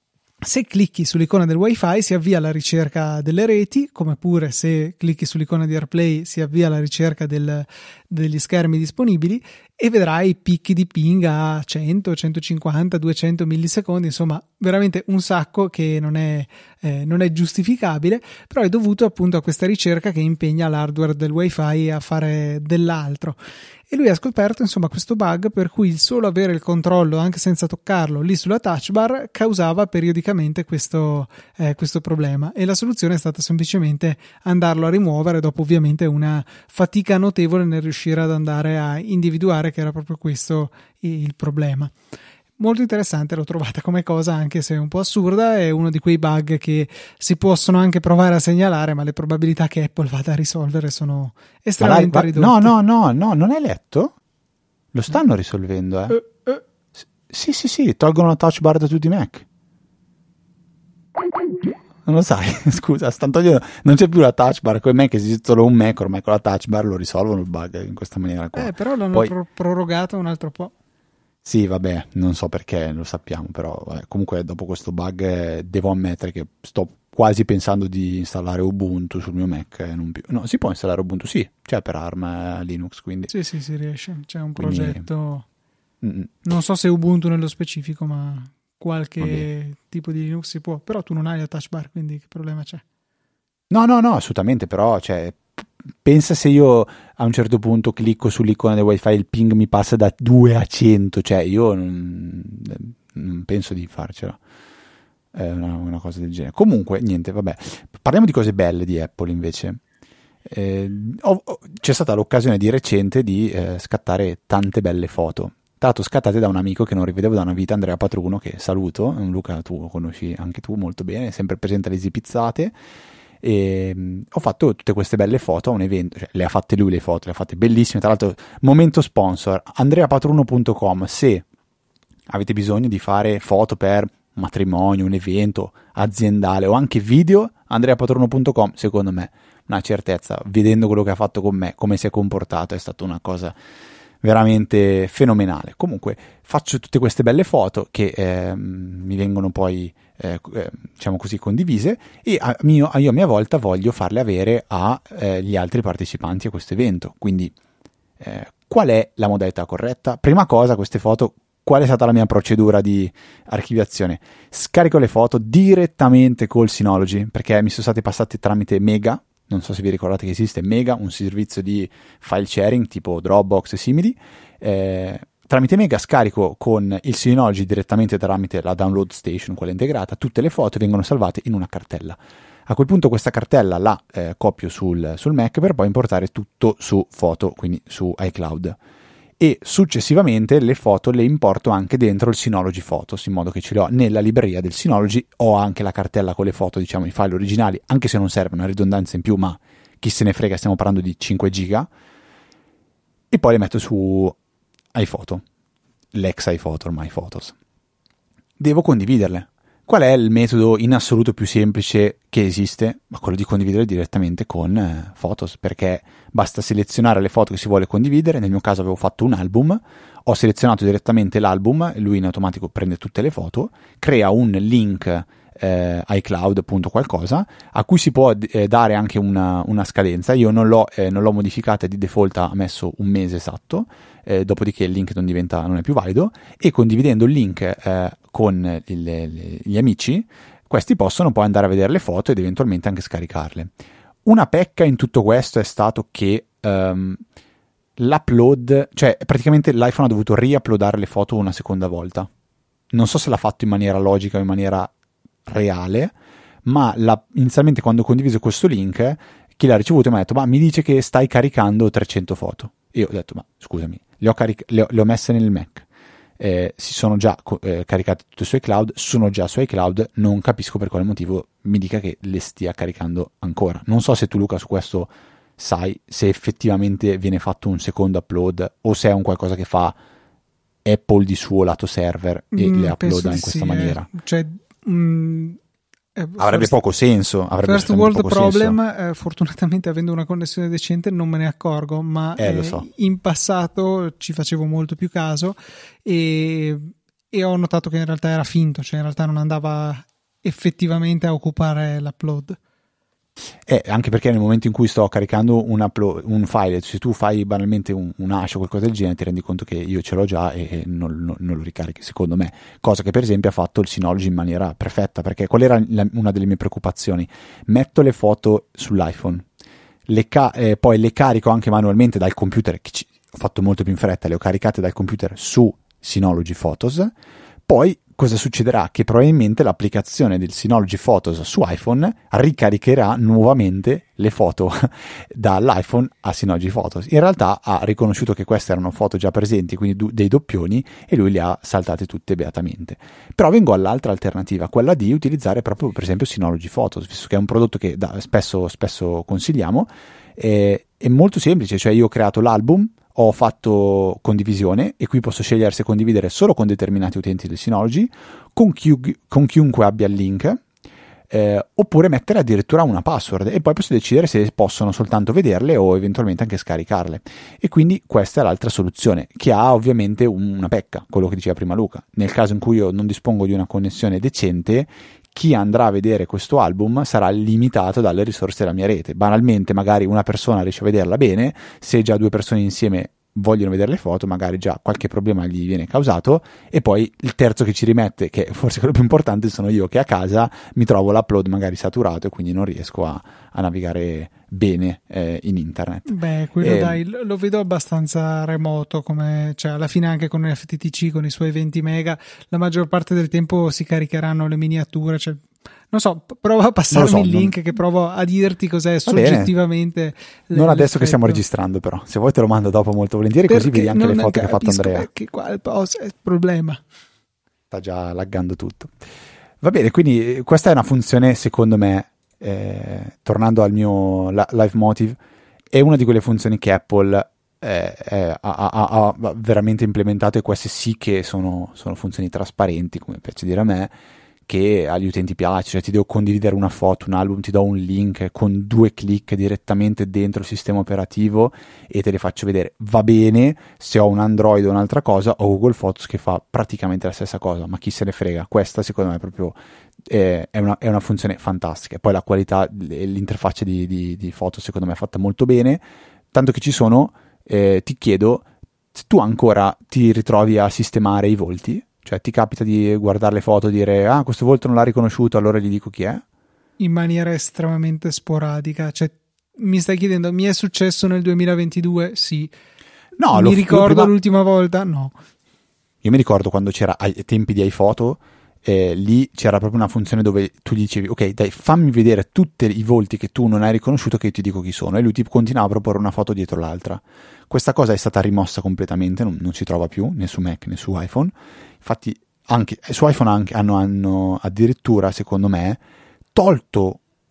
Se clicchi sull'icona del wifi si avvia la ricerca delle reti, come pure se clicchi sull'icona di AirPlay si avvia la ricerca del, degli schermi disponibili, e vedrai picchi di ping a cento, centocinquanta, duecento millisecondi, insomma veramente un sacco che non è, eh, non è giustificabile, però è dovuto appunto a questa ricerca che impegna l'hardware del wifi a fare dell'altro. E lui ha scoperto insomma questo bug per cui il solo avere il controllo, anche senza toccarlo, lì sulla touch bar causava periodicamente questo, eh, questo problema, e la soluzione è stata semplicemente andarlo a rimuovere, dopo ovviamente una fatica notevole nel riuscire ad andare a individuare che era proprio questo il problema. Molto interessante, l'ho trovata come cosa, anche se è un po' assurda. È uno di quei bug che si possono anche provare a segnalare, ma le probabilità che Apple vada a risolvere sono estremamente ma, ridotte. No, no, no, no, non hai letto? Lo stanno risolvendo, eh? Uh, uh. Sì, sì, sì, tolgono la touch bar da tutti i Mac. Non lo sai, scusa, stanno togliendo, non c'è più la touch bar, con i Mac esiste solo un Mac, ormai con la touch bar lo risolvono il bug in questa maniera qua. Eh, però l'hanno Poi, pro- prorogato un altro po'. Sì, vabbè, non so perché, lo sappiamo, però vabbè, comunque dopo questo bug eh, devo ammettere che sto quasi pensando di installare Ubuntu sul mio Mac e non più. No, si può installare Ubuntu, sì, c'è per ARM eh, Linux, quindi. Sì, sì, si riesce, c'è un Quindi, progetto, mm, non so se Ubuntu nello specifico, ma qualche vabbè. tipo di Linux si può, però tu non hai la touch bar, quindi che problema c'è? No, no, no, assolutamente, però, cioè, pensa se io a un certo punto clicco sull'icona del wifi e il ping mi passa da due a cento, cioè io non, non penso di farcela. È una, una cosa del genere. Comunque, niente, vabbè. Parliamo di cose belle di Apple invece. Eh, ho, ho, c'è stata l'occasione di recente di eh, scattare tante belle foto. Tra l'altro scattate da un amico che non rivedevo da una vita, Andrea Patruno, che saluto. Luca, tu lo conosci anche tu molto bene, sempre presente alle Zipizzate. E mh, ho fatto tutte queste belle foto a un evento, cioè le ha fatte lui le foto, le ha fatte bellissime. Tra l'altro, momento sponsor, andrea patruno punto com. Se avete bisogno di fare foto per un matrimonio, un evento aziendale o anche video, andrea patruno punto com, secondo me una certezza, vedendo quello che ha fatto con me, come si è comportato, è stata una cosa veramente fenomenale. Comunque faccio tutte queste belle foto che eh, mi vengono poi eh, diciamo così condivise, e a mio, io a mia volta voglio farle avere agli eh, altri partecipanti a questo evento. Quindi eh, qual è la modalità corretta? Prima cosa, queste foto, qual è stata la mia procedura di archiviazione? Scarico le foto direttamente col Synology, perché mi sono state passate tramite Mega. Non so se vi ricordate che esiste Mega, un servizio di file sharing tipo Dropbox e simili. Eh, tramite Mega scarico con il Synology direttamente tramite la download station, quella integrata, tutte le foto vengono salvate in una cartella. A quel punto questa cartella la eh, copio sul, sul Mac per poi importare tutto su Foto, quindi su iCloud. E successivamente le foto le importo anche dentro il Synology Photos, in modo che ce le ho nella libreria del Synology. Ho anche la cartella con le foto, diciamo i file originali, anche se non serve, una ridondanza in più, ma chi se ne frega, stiamo parlando di cinque giga, e poi le metto su iPhoto, l'ex iPhoto ormai Photos. Devo condividerle, Qual è il metodo in assoluto più semplice che esiste? Ma quello di condividere direttamente con eh, Photos, perché basta selezionare le foto che si vuole condividere. Nel mio caso avevo fatto un album, ho selezionato direttamente l'album, lui in automatico prende tutte le foto, crea un link eh, iCloud, appunto qualcosa, a cui si può eh, dare anche una, una scadenza. Io non l'ho, eh, non l'ho modificata, di default ha messo un mese esatto, eh, dopodiché il link non diventa, non è più valido, e condividendo il link eh, con il, le, gli amici, questi possono poi andare a vedere le foto ed eventualmente anche scaricarle. Una pecca in tutto questo è stato che um, l'upload, cioè praticamente l'iPhone ha dovuto riuploadare le foto una seconda volta. Non so se l'ha fatto in maniera logica o in maniera reale, ma la, inizialmente quando ho condiviso questo link, chi l'ha ricevuto mi ha detto: ma mi dice che stai caricando trecento foto. Io ho detto: ma scusami, le ho, caric- le ho, le ho messe nel Mac, eh, si sono già eh, caricate tutte su iCloud, sono già su iCloud, non capisco per quale motivo mi dica che le stia caricando ancora. Non so se tu, Luca, su questo sai se effettivamente viene fatto un secondo upload o se è un qualcosa che fa Apple di suo lato server e mm, le uploada in questa sì, maniera. Eh. Cioè, mm, eh, avrebbe first, poco senso. Avrebbe first world poco problem, senso. Eh, fortunatamente avendo una connessione decente non me ne accorgo, ma eh, eh, so. in passato ci facevo molto più caso e, e ho notato che in realtà era finto, cioè in realtà non andava effettivamente a occupare l'upload. Eh, anche perché nel momento in cui sto caricando un, upload, un file, se tu fai banalmente un, un hash o qualcosa del genere, ti rendi conto che io ce l'ho già e, e non, non, non lo ricarichi, secondo me. Cosa che per esempio ha fatto il Synology in maniera perfetta, perché qual era la, una delle mie preoccupazioni? Metto le foto sull'iPhone, le ca- eh, poi le carico anche manualmente dal computer, che ci, ho fatto molto più in fretta, le ho caricate dal computer su Synology Photos. Poi cosa succederà? Che probabilmente l'applicazione del Synology Photos su iPhone ricaricherà nuovamente le foto dall'iPhone a Synology Photos. In realtà ha riconosciuto che queste erano foto già presenti, quindi du- dei doppioni, e lui le ha saltate tutte beatamente. Però vengo all'altra alternativa, quella di utilizzare proprio per esempio Synology Photos, visto che è un prodotto che da, spesso, spesso consigliamo. È, è molto semplice, cioè io ho creato l'album, ho fatto condivisione e qui posso scegliere se condividere solo con determinati utenti del Synology, con, chi, con chiunque abbia il link, eh, oppure mettere addirittura una password, e poi posso decidere se possono soltanto vederle o eventualmente anche scaricarle. E quindi questa è l'altra soluzione, che ha ovviamente una pecca, quello che diceva prima Luca. Nel caso in cui io non dispongo di una connessione decente, chi andrà a vedere questo album sarà limitato dalle risorse della mia rete. Banalmente, magari una persona riesce a vederla bene, se già due persone insieme vogliono vedere le foto, magari già qualche problema gli viene causato, e poi il terzo che ci rimette, che forse quello più importante, sono io, che a casa mi trovo l'upload magari saturato e quindi non riesco a, a navigare bene eh, in internet. Beh, quello e... dai, lo vedo abbastanza remoto, come, cioè alla fine anche con F T T C, con i suoi venti mega, la maggior parte del tempo si caricheranno le miniature, cioè non so, prova a passarmi so, il link non... che provo a dirti cos'è soggettivamente. Non adesso che stiamo registrando, però se vuoi te lo mando dopo molto volentieri, perché così vedi anche le foto che ha fatto Andrea. Perché qua è il problema. Sta già laggando tutto. Va bene, quindi questa è una funzione, secondo me, eh, tornando al mio Live Motive, è una di quelle funzioni che Apple eh, eh, ha, ha, ha veramente implementato, e queste sì che sono, sono funzioni trasparenti, come piace dire a me, che agli utenti piace. Cioè, ti devo condividere una foto, un album, ti do un link con due clic direttamente dentro il sistema operativo e te le faccio vedere. Va bene se ho un Android o un'altra cosa, o Google Photos che fa praticamente la stessa cosa, ma chi se ne frega. Questa secondo me è proprio eh, è, una, è una funzione fantastica. Poi la qualità, l'interfaccia di, di, di foto secondo me è fatta molto bene, tanto che ci sono, eh, ti chiedo, tu ancora ti ritrovi a sistemare i volti? Cioè ti capita di guardare le foto e dire ah, questo volto non l'ha riconosciuto, allora gli dico chi è? In maniera estremamente sporadica. Cioè, mi stai chiedendo, mi è successo nel duemilaventidue? Sì. No, mi lo, ricordo prima... l'ultima volta? No. Io mi ricordo quando c'era ai tempi di iPhoto, eh, lì c'era proprio una funzione dove tu gli dicevi ok, dai, fammi vedere tutti i volti che tu non hai riconosciuto, che io ti dico chi sono, e lui ti continuava a proporre una foto dietro l'altra. Questa cosa è stata rimossa completamente, non, non si trova più né su Mac né su iPhone. Infatti anche su iPhone anche, hanno, hanno addirittura, secondo me, tolto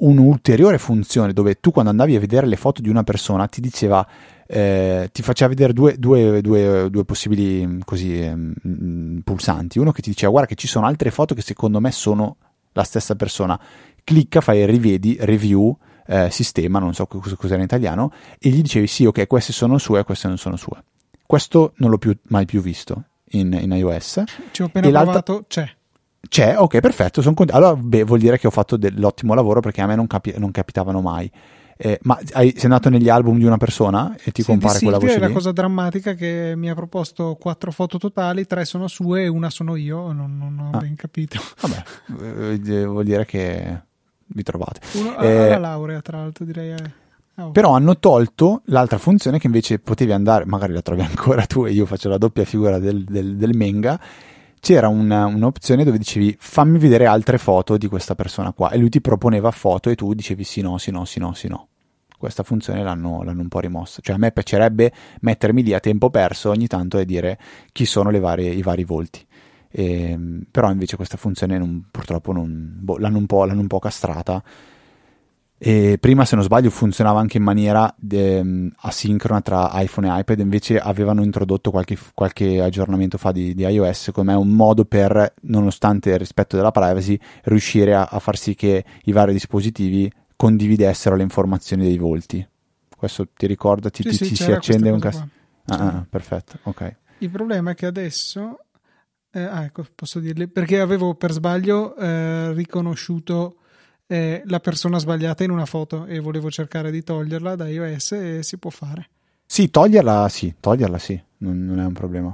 un'ulteriore funzione dove tu quando andavi a vedere le foto di una persona ti diceva, eh, ti faceva vedere due, due, due, due possibili così eh, pulsanti. Uno che ti diceva guarda che ci sono altre foto che secondo me sono la stessa persona, clicca, fai rivedi, review, eh, sistema, non so cosa cos'era in italiano, e gli dicevi sì, ok, queste sono sue e queste non sono sue. Questo non l'ho più, mai più visto in, in iOS. Ci ho appena e provato, c'è. C'è, ok, perfetto, sono contento. Allora, beh, vuol dire che ho fatto dell'ottimo lavoro, perché a me non, capi- non capitavano mai. Eh, ma hai, sei andato negli album di una persona e ti sì, compare di quella voce è lì? la cosa drammatica che mi ha proposto quattro foto totali, tre sono sue e una sono io, non, non ho ah. ben capito. Vabbè, eh, vuol dire che vi trovate. Uno ha eh, la laurea, tra l'altro, direi. Eh. Oh. Però hanno tolto l'altra funzione che invece potevi andare, magari la trovi ancora tu e io faccio la doppia figura del, del, del Menga. C'era una, un'opzione dove dicevi fammi vedere altre foto di questa persona qua, e lui ti proponeva foto e tu dicevi sì no, sì no, sì no, sì no. Questa funzione l'hanno, l'hanno un po' rimossa. Cioè a me piacerebbe mettermi lì a tempo perso ogni tanto e dire chi sono le varie, i vari volti. E, però invece questa funzione non, purtroppo non, boh, l'hanno, un po', l'hanno un po' castrata. E prima, se non sbaglio, funzionava anche in maniera de, asincrona tra iPhone e iPad, invece avevano introdotto qualche, qualche aggiornamento fa di, di iOS, come un modo per, nonostante il rispetto della privacy, riuscire a, a far sì che i vari dispositivi condividessero le informazioni dei volti. Questo ti ricorda? Ti, sì, ti, sì, ti si accende un cas- ah, sì. ah, perfetto, ok. Il problema è che adesso eh, ah, ecco, posso dirle, perché avevo per sbaglio eh, riconosciuto Eh, la persona sbagliata in una foto e volevo cercare di toglierla da iOS e si può fare. Sì, toglierla sì, toglierla sì, non, non è un problema.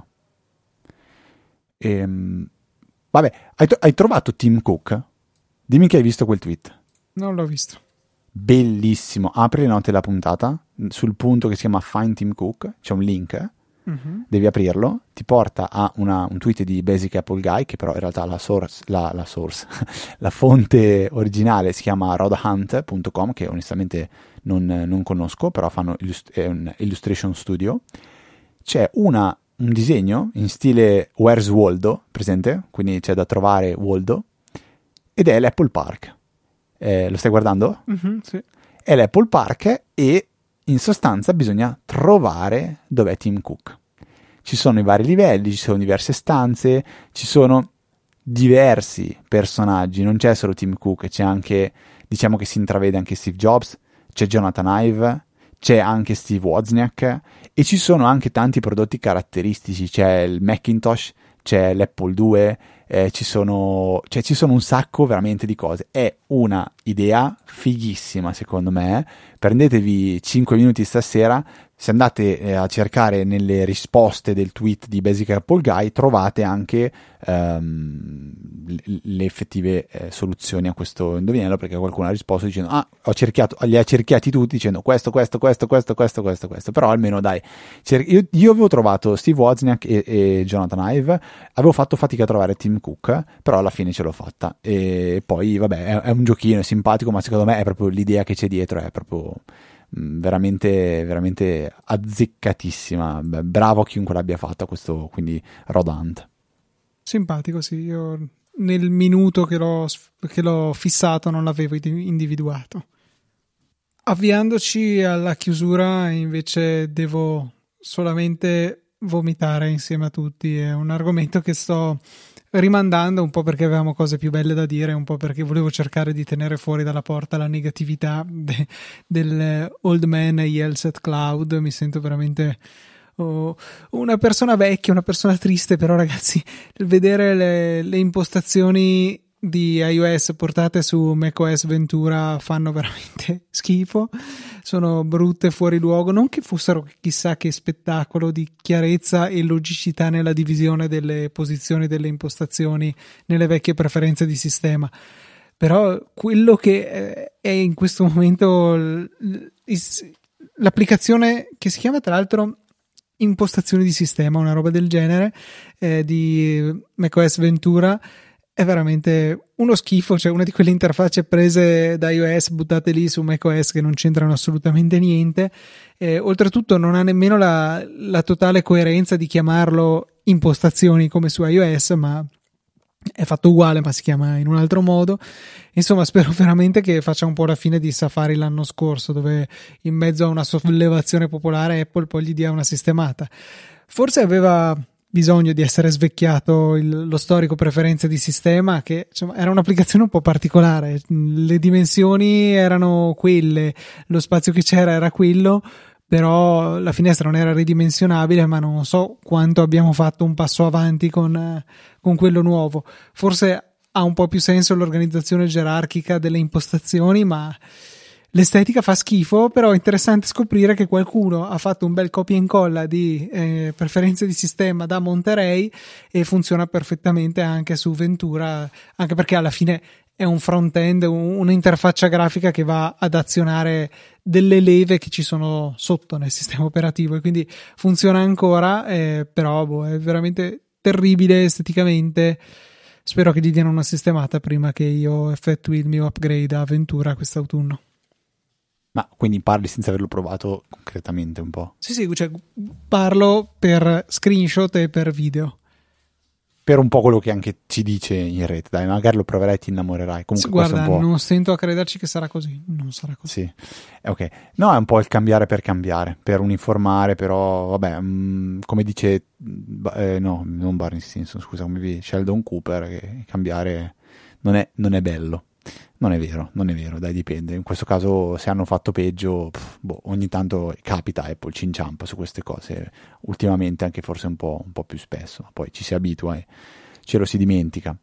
Ehm, vabbè, hai, hai trovato Tim Cook? Dimmi che hai visto quel tweet. Non l'ho visto. Bellissimo, apri le note della puntata, sul punto che si chiama Find Tim Cook, c'è un link, uh-huh. Devi aprirlo, ti porta a una, un tweet di Basic Apple Guy, che però in realtà la source, la, la, source la fonte originale si chiama rodhunt punto com, che onestamente non, non conosco, però fanno illust- è un illustration studio. C'è una, un disegno in stile Where's Waldo, presente? Quindi c'è da trovare Waldo, ed è l'Apple Park. Eh, lo stai guardando? Uh-huh, sì. È l'Apple Park e in sostanza bisogna trovare dov'è Tim Cook. Ci sono i vari livelli, ci sono diverse stanze, ci sono diversi personaggi, non c'è solo Tim Cook, c'è anche, diciamo che si intravede anche Steve Jobs, c'è Jonathan Ive, c'è anche Steve Wozniak e ci sono anche tanti prodotti caratteristici, c'è il Macintosh, c'è l'Apple due, eh, ci sono, cioè ci sono un sacco veramente di cose. È una idea fighissima secondo me. Prendetevi cinque minuti stasera, se andate eh, a cercare nelle risposte del tweet di Basic Apple Guy trovate anche um, le, le effettive eh, soluzioni a questo indovinello, perché qualcuno ha risposto dicendo ah, ho cerchiato, li ha cerchiati tutti dicendo questo, questo, questo, questo, questo, questo, questo, però almeno dai, cer- io, io avevo trovato Steve Wozniak e, e Jonathan Ive, avevo fatto fatica a trovare Tim Cook, però alla fine ce l'ho fatta. E poi vabbè, è, è un giochino, è simpatico, ma secondo me è proprio l'idea che c'è dietro, è proprio veramente veramente azzeccatissima. Bravo a chiunque l'abbia fatto questo, quindi Rodhunt. Simpatico, sì, io nel minuto che l'ho, che l'ho fissato non l'avevo individuato. Avviandoci alla chiusura invece devo solamente vomitare insieme a tutti, è un argomento che sto rimandando un po' perché avevamo cose più belle da dire, un po' perché volevo cercare di tenere fuori dalla porta la negatività de, del old man yells at cloud. Mi sento veramente oh, una persona vecchia, una persona triste, però ragazzi, vedere le, le impostazioni di iOS portate su macOS Ventura fanno veramente schifo, sono brutte, fuori luogo, non che fossero chissà che spettacolo di chiarezza e logicità nella divisione delle posizioni delle impostazioni nelle vecchie preferenze di sistema, però quello che è in questo momento l'applicazione che si chiama tra l'altro impostazioni di sistema, una roba del genere, eh, di macOS Ventura, è veramente uno schifo, cioè una di quelle interfacce prese da iOS buttate lì su macOS che non c'entrano assolutamente niente. Eh, oltretutto non ha nemmeno la, la totale coerenza di chiamarlo impostazioni come su iOS, ma è fatto uguale ma si chiama in un altro modo. Insomma, spero veramente che faccia un po' la fine di Safari l'anno scorso, dove in mezzo a una sollevazione popolare Apple poi gli dia una sistemata. Forse aveva bisogno di essere svecchiato il, lo storico preferenze di sistema, che insomma era un'applicazione un po' particolare, le dimensioni erano quelle, lo spazio che c'era era quello, però la finestra non era ridimensionabile, ma non so quanto abbiamo fatto un passo avanti con, con quello nuovo. Forse ha un po' più senso l'organizzazione gerarchica delle impostazioni, ma l'estetica fa schifo. Però è interessante scoprire che qualcuno ha fatto un bel copia e incolla di eh, preferenze di sistema da Monterey e funziona perfettamente anche su Ventura, anche perché alla fine è un front-end, un, un'interfaccia grafica che va ad azionare delle leve che ci sono sotto nel sistema operativo, e quindi funziona ancora, eh, però boh, è veramente terribile esteticamente. Spero che gli diano una sistemata prima che io effettui il mio upgrade a Ventura quest'autunno. Ma quindi parli senza averlo provato concretamente un po'? Sì, sì, cioè parlo per screenshot e per video. Per un po' quello che anche ci dice in rete, dai, magari lo proverai e ti innamorerai. Comunque, sì, guarda, un po'... non stento a crederci che sarà così, non sarà così. Sì, ok. No, è un po' il cambiare per cambiare, per uniformare, però, vabbè, mh, come dice, eh, no, non Barney Stinson, scusa, come vi Sheldon Cooper, che cambiare non è, non è bello. Non è vero, non è vero, dai, dipende. In questo caso, se hanno fatto peggio, pff, boh, ogni tanto capita, Apple ci inciampa su queste cose, ultimamente anche forse un po', un po' più spesso, ma poi ci si abitua e ce lo si dimentica.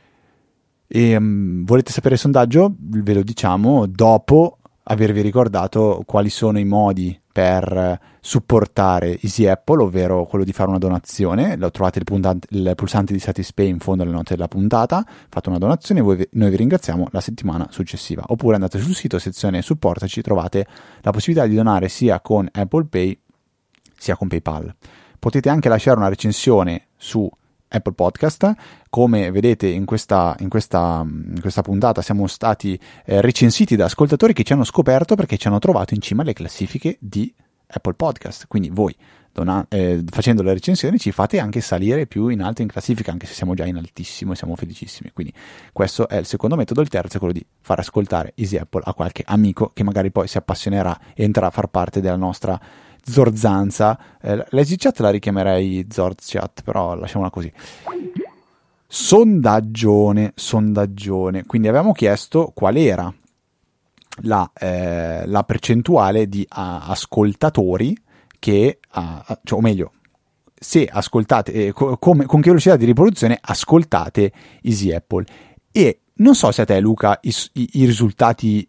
E, um, volete sapere il sondaggio? Ve lo diciamo dopo avervi ricordato quali sono i modi per supportare Easy Apple, ovvero quello di fare una donazione. Lo trovate il, puntante, il pulsante di Satispay in fondo alle note della puntata. Fate una donazione e voi, noi vi ringraziamo la settimana successiva. Oppure andate sul sito, sezione supportaci, trovate la possibilità di donare sia con Apple Pay sia con PayPal. Potete anche lasciare una recensione su Apple Podcast. Come vedete in questa, in questa, in questa puntata siamo stati eh, recensiti da ascoltatori che ci hanno scoperto perché ci hanno trovato in cima alle classifiche di Apple Podcast. Quindi voi dona- eh, facendo le recensioni ci fate anche salire più in alto in classifica, anche se siamo già in altissimo e siamo felicissimi. Quindi questo è il secondo metodo. Il terzo è quello di far ascoltare Easy Apple a qualche amico che magari poi si appassionerà e entrerà a far parte della nostra zorzanza. eh, l'EasyChat la richiamerei Zorzchat, però lasciamola così. Sondaggione, sondaggione. Quindi avevamo chiesto qual era la, eh, la percentuale di a, ascoltatori che, a, cioè, o meglio, se ascoltate, eh, co- come, con che velocità di riproduzione ascoltate Easy Apple. E non so se a te, Luca, i, i, i risultati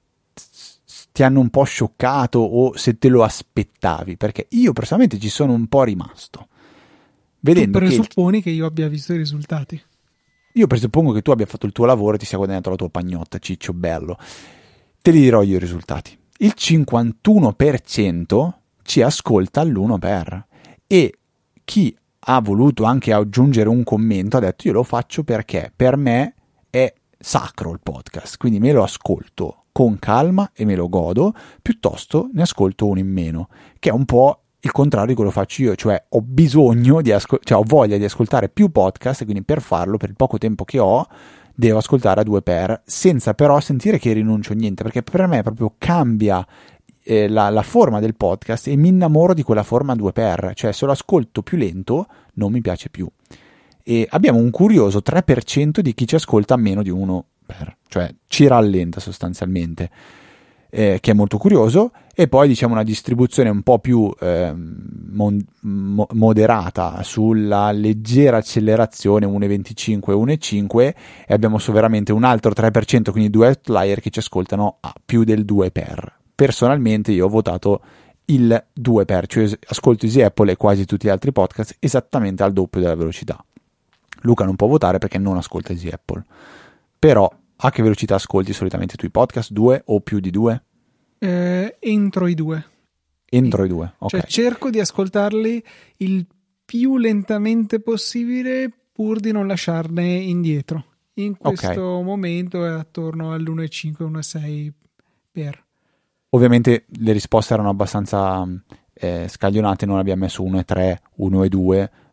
ti hanno un po' scioccato o se te lo aspettavi, perché io personalmente ci sono un po' rimasto. Vedendo tu presupponi che, che io abbia visto i risultati. Io presuppongo che tu abbia fatto il tuo lavoro e ti sia guadagnato la tua pagnotta, ciccio bello. Te li dirò io i risultati. Il cinquantuno per cento ci ascolta all'uno per, e chi ha voluto anche aggiungere un commento ha detto: io lo faccio perché per me è sacro il podcast, quindi me lo ascolto con calma e me lo godo, piuttosto ne ascolto uno in meno, che è un po' il contrario di quello che faccio io, cioè ho bisogno di ascol- cioè ho voglia di ascoltare più podcast, e quindi per farlo, per il poco tempo che ho, devo ascoltare a due per, senza però sentire che rinuncio a niente, perché per me proprio cambia eh, la, la forma del podcast e mi innamoro di quella forma a due per, cioè se lo ascolto più lento non mi piace più. E abbiamo un curioso tre per cento di chi ci ascolta a meno di uno per, cioè ci rallenta sostanzialmente, eh, che è molto curioso. E poi diciamo una distribuzione un po' più eh, mon- mo- moderata sulla leggera accelerazione, uno virgola venticinque, uno virgola cinque, e abbiamo veramente un altro tre per cento, quindi due outlier che ci ascoltano a più del due per. Personalmente io ho votato il due per, cioè ascolto Easy Apple e quasi tutti gli altri podcast esattamente al doppio della velocità. Luca non può votare perché non ascolta Easy Apple. Però a che velocità ascolti solitamente tu i podcast? Due o più di due? Eh, entro i due. Entro i due, ok. Cioè cerco di ascoltarli il più lentamente possibile pur di non lasciarne indietro. In questo okay. momento è attorno all'uno virgola cinque uno virgola sei per. Ovviamente le risposte erano abbastanza eh, scaglionate, non abbiamo messo uno virgola tre, uno virgola due,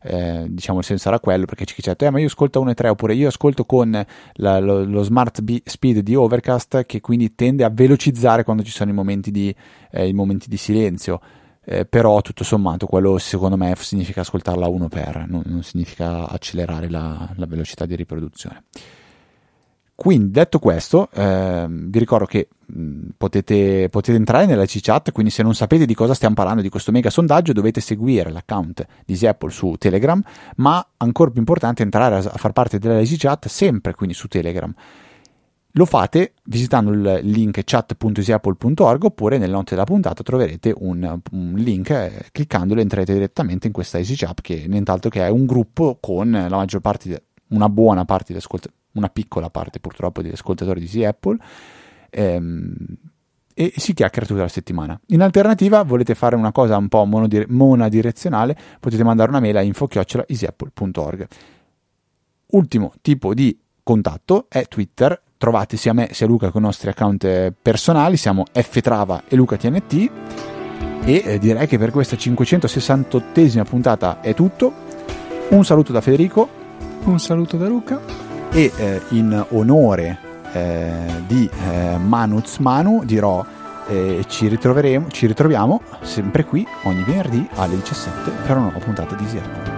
eh, diciamo il senso era quello, perché c'è chi dice eh, ma io ascolto a uno virgola tre, oppure io ascolto con la, lo, lo smart b- speed di Overcast, che quindi tende a velocizzare quando ci sono i momenti di, eh, i momenti di silenzio. Eh, però tutto sommato quello secondo me significa ascoltarla a uno per, non, non significa accelerare la, la velocità di riproduzione. Quindi detto questo, eh, vi ricordo che mh, potete, potete entrare nella C Chat, quindi se non sapete di cosa stiamo parlando, di questo mega sondaggio, dovete seguire l'account di Easy Apple su Telegram, ma ancora più importante entrare a, a far parte della Easy Chat sempre quindi su Telegram. Lo fate visitando il link chat punto easy apple punto org, oppure nelle note della puntata troverete un, un link, eh, cliccandolo entrerete direttamente in questa Easy Chat, che nient'altro che è un gruppo con la maggior parte, de, una buona parte degli ascoltatori, una piccola parte purtroppo degli ascoltatori di Easy Apple, ehm, e si chiacchiera tutta la settimana. In alternativa, volete fare una cosa un po' monodire- monodirezionale, potete mandare una mail a info chiocciola easy apple punto org. Ultimo tipo di contatto è Twitter. Trovate sia me sia Luca con i nostri account personali, siamo ftrava e lucatnt, e eh, direi che per questa cinquecentosessantottesima puntata è tutto. Un saluto da Federico, un saluto da Luca, e eh, in onore eh, di eh, Manuz Manu dirò eh, ci ritroveremo ci ritroviamo sempre qui ogni venerdì alle diciassette per una nuova puntata di Easy Apple.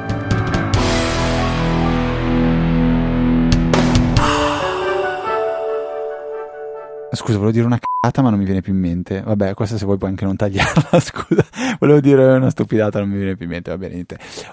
Scusa, volevo dire una c***a ma non mi viene più in mente. Vabbè, questa se vuoi puoi anche non tagliarla, scusa. Volevo dire una stupidata, non mi viene più in mente, va bene, niente.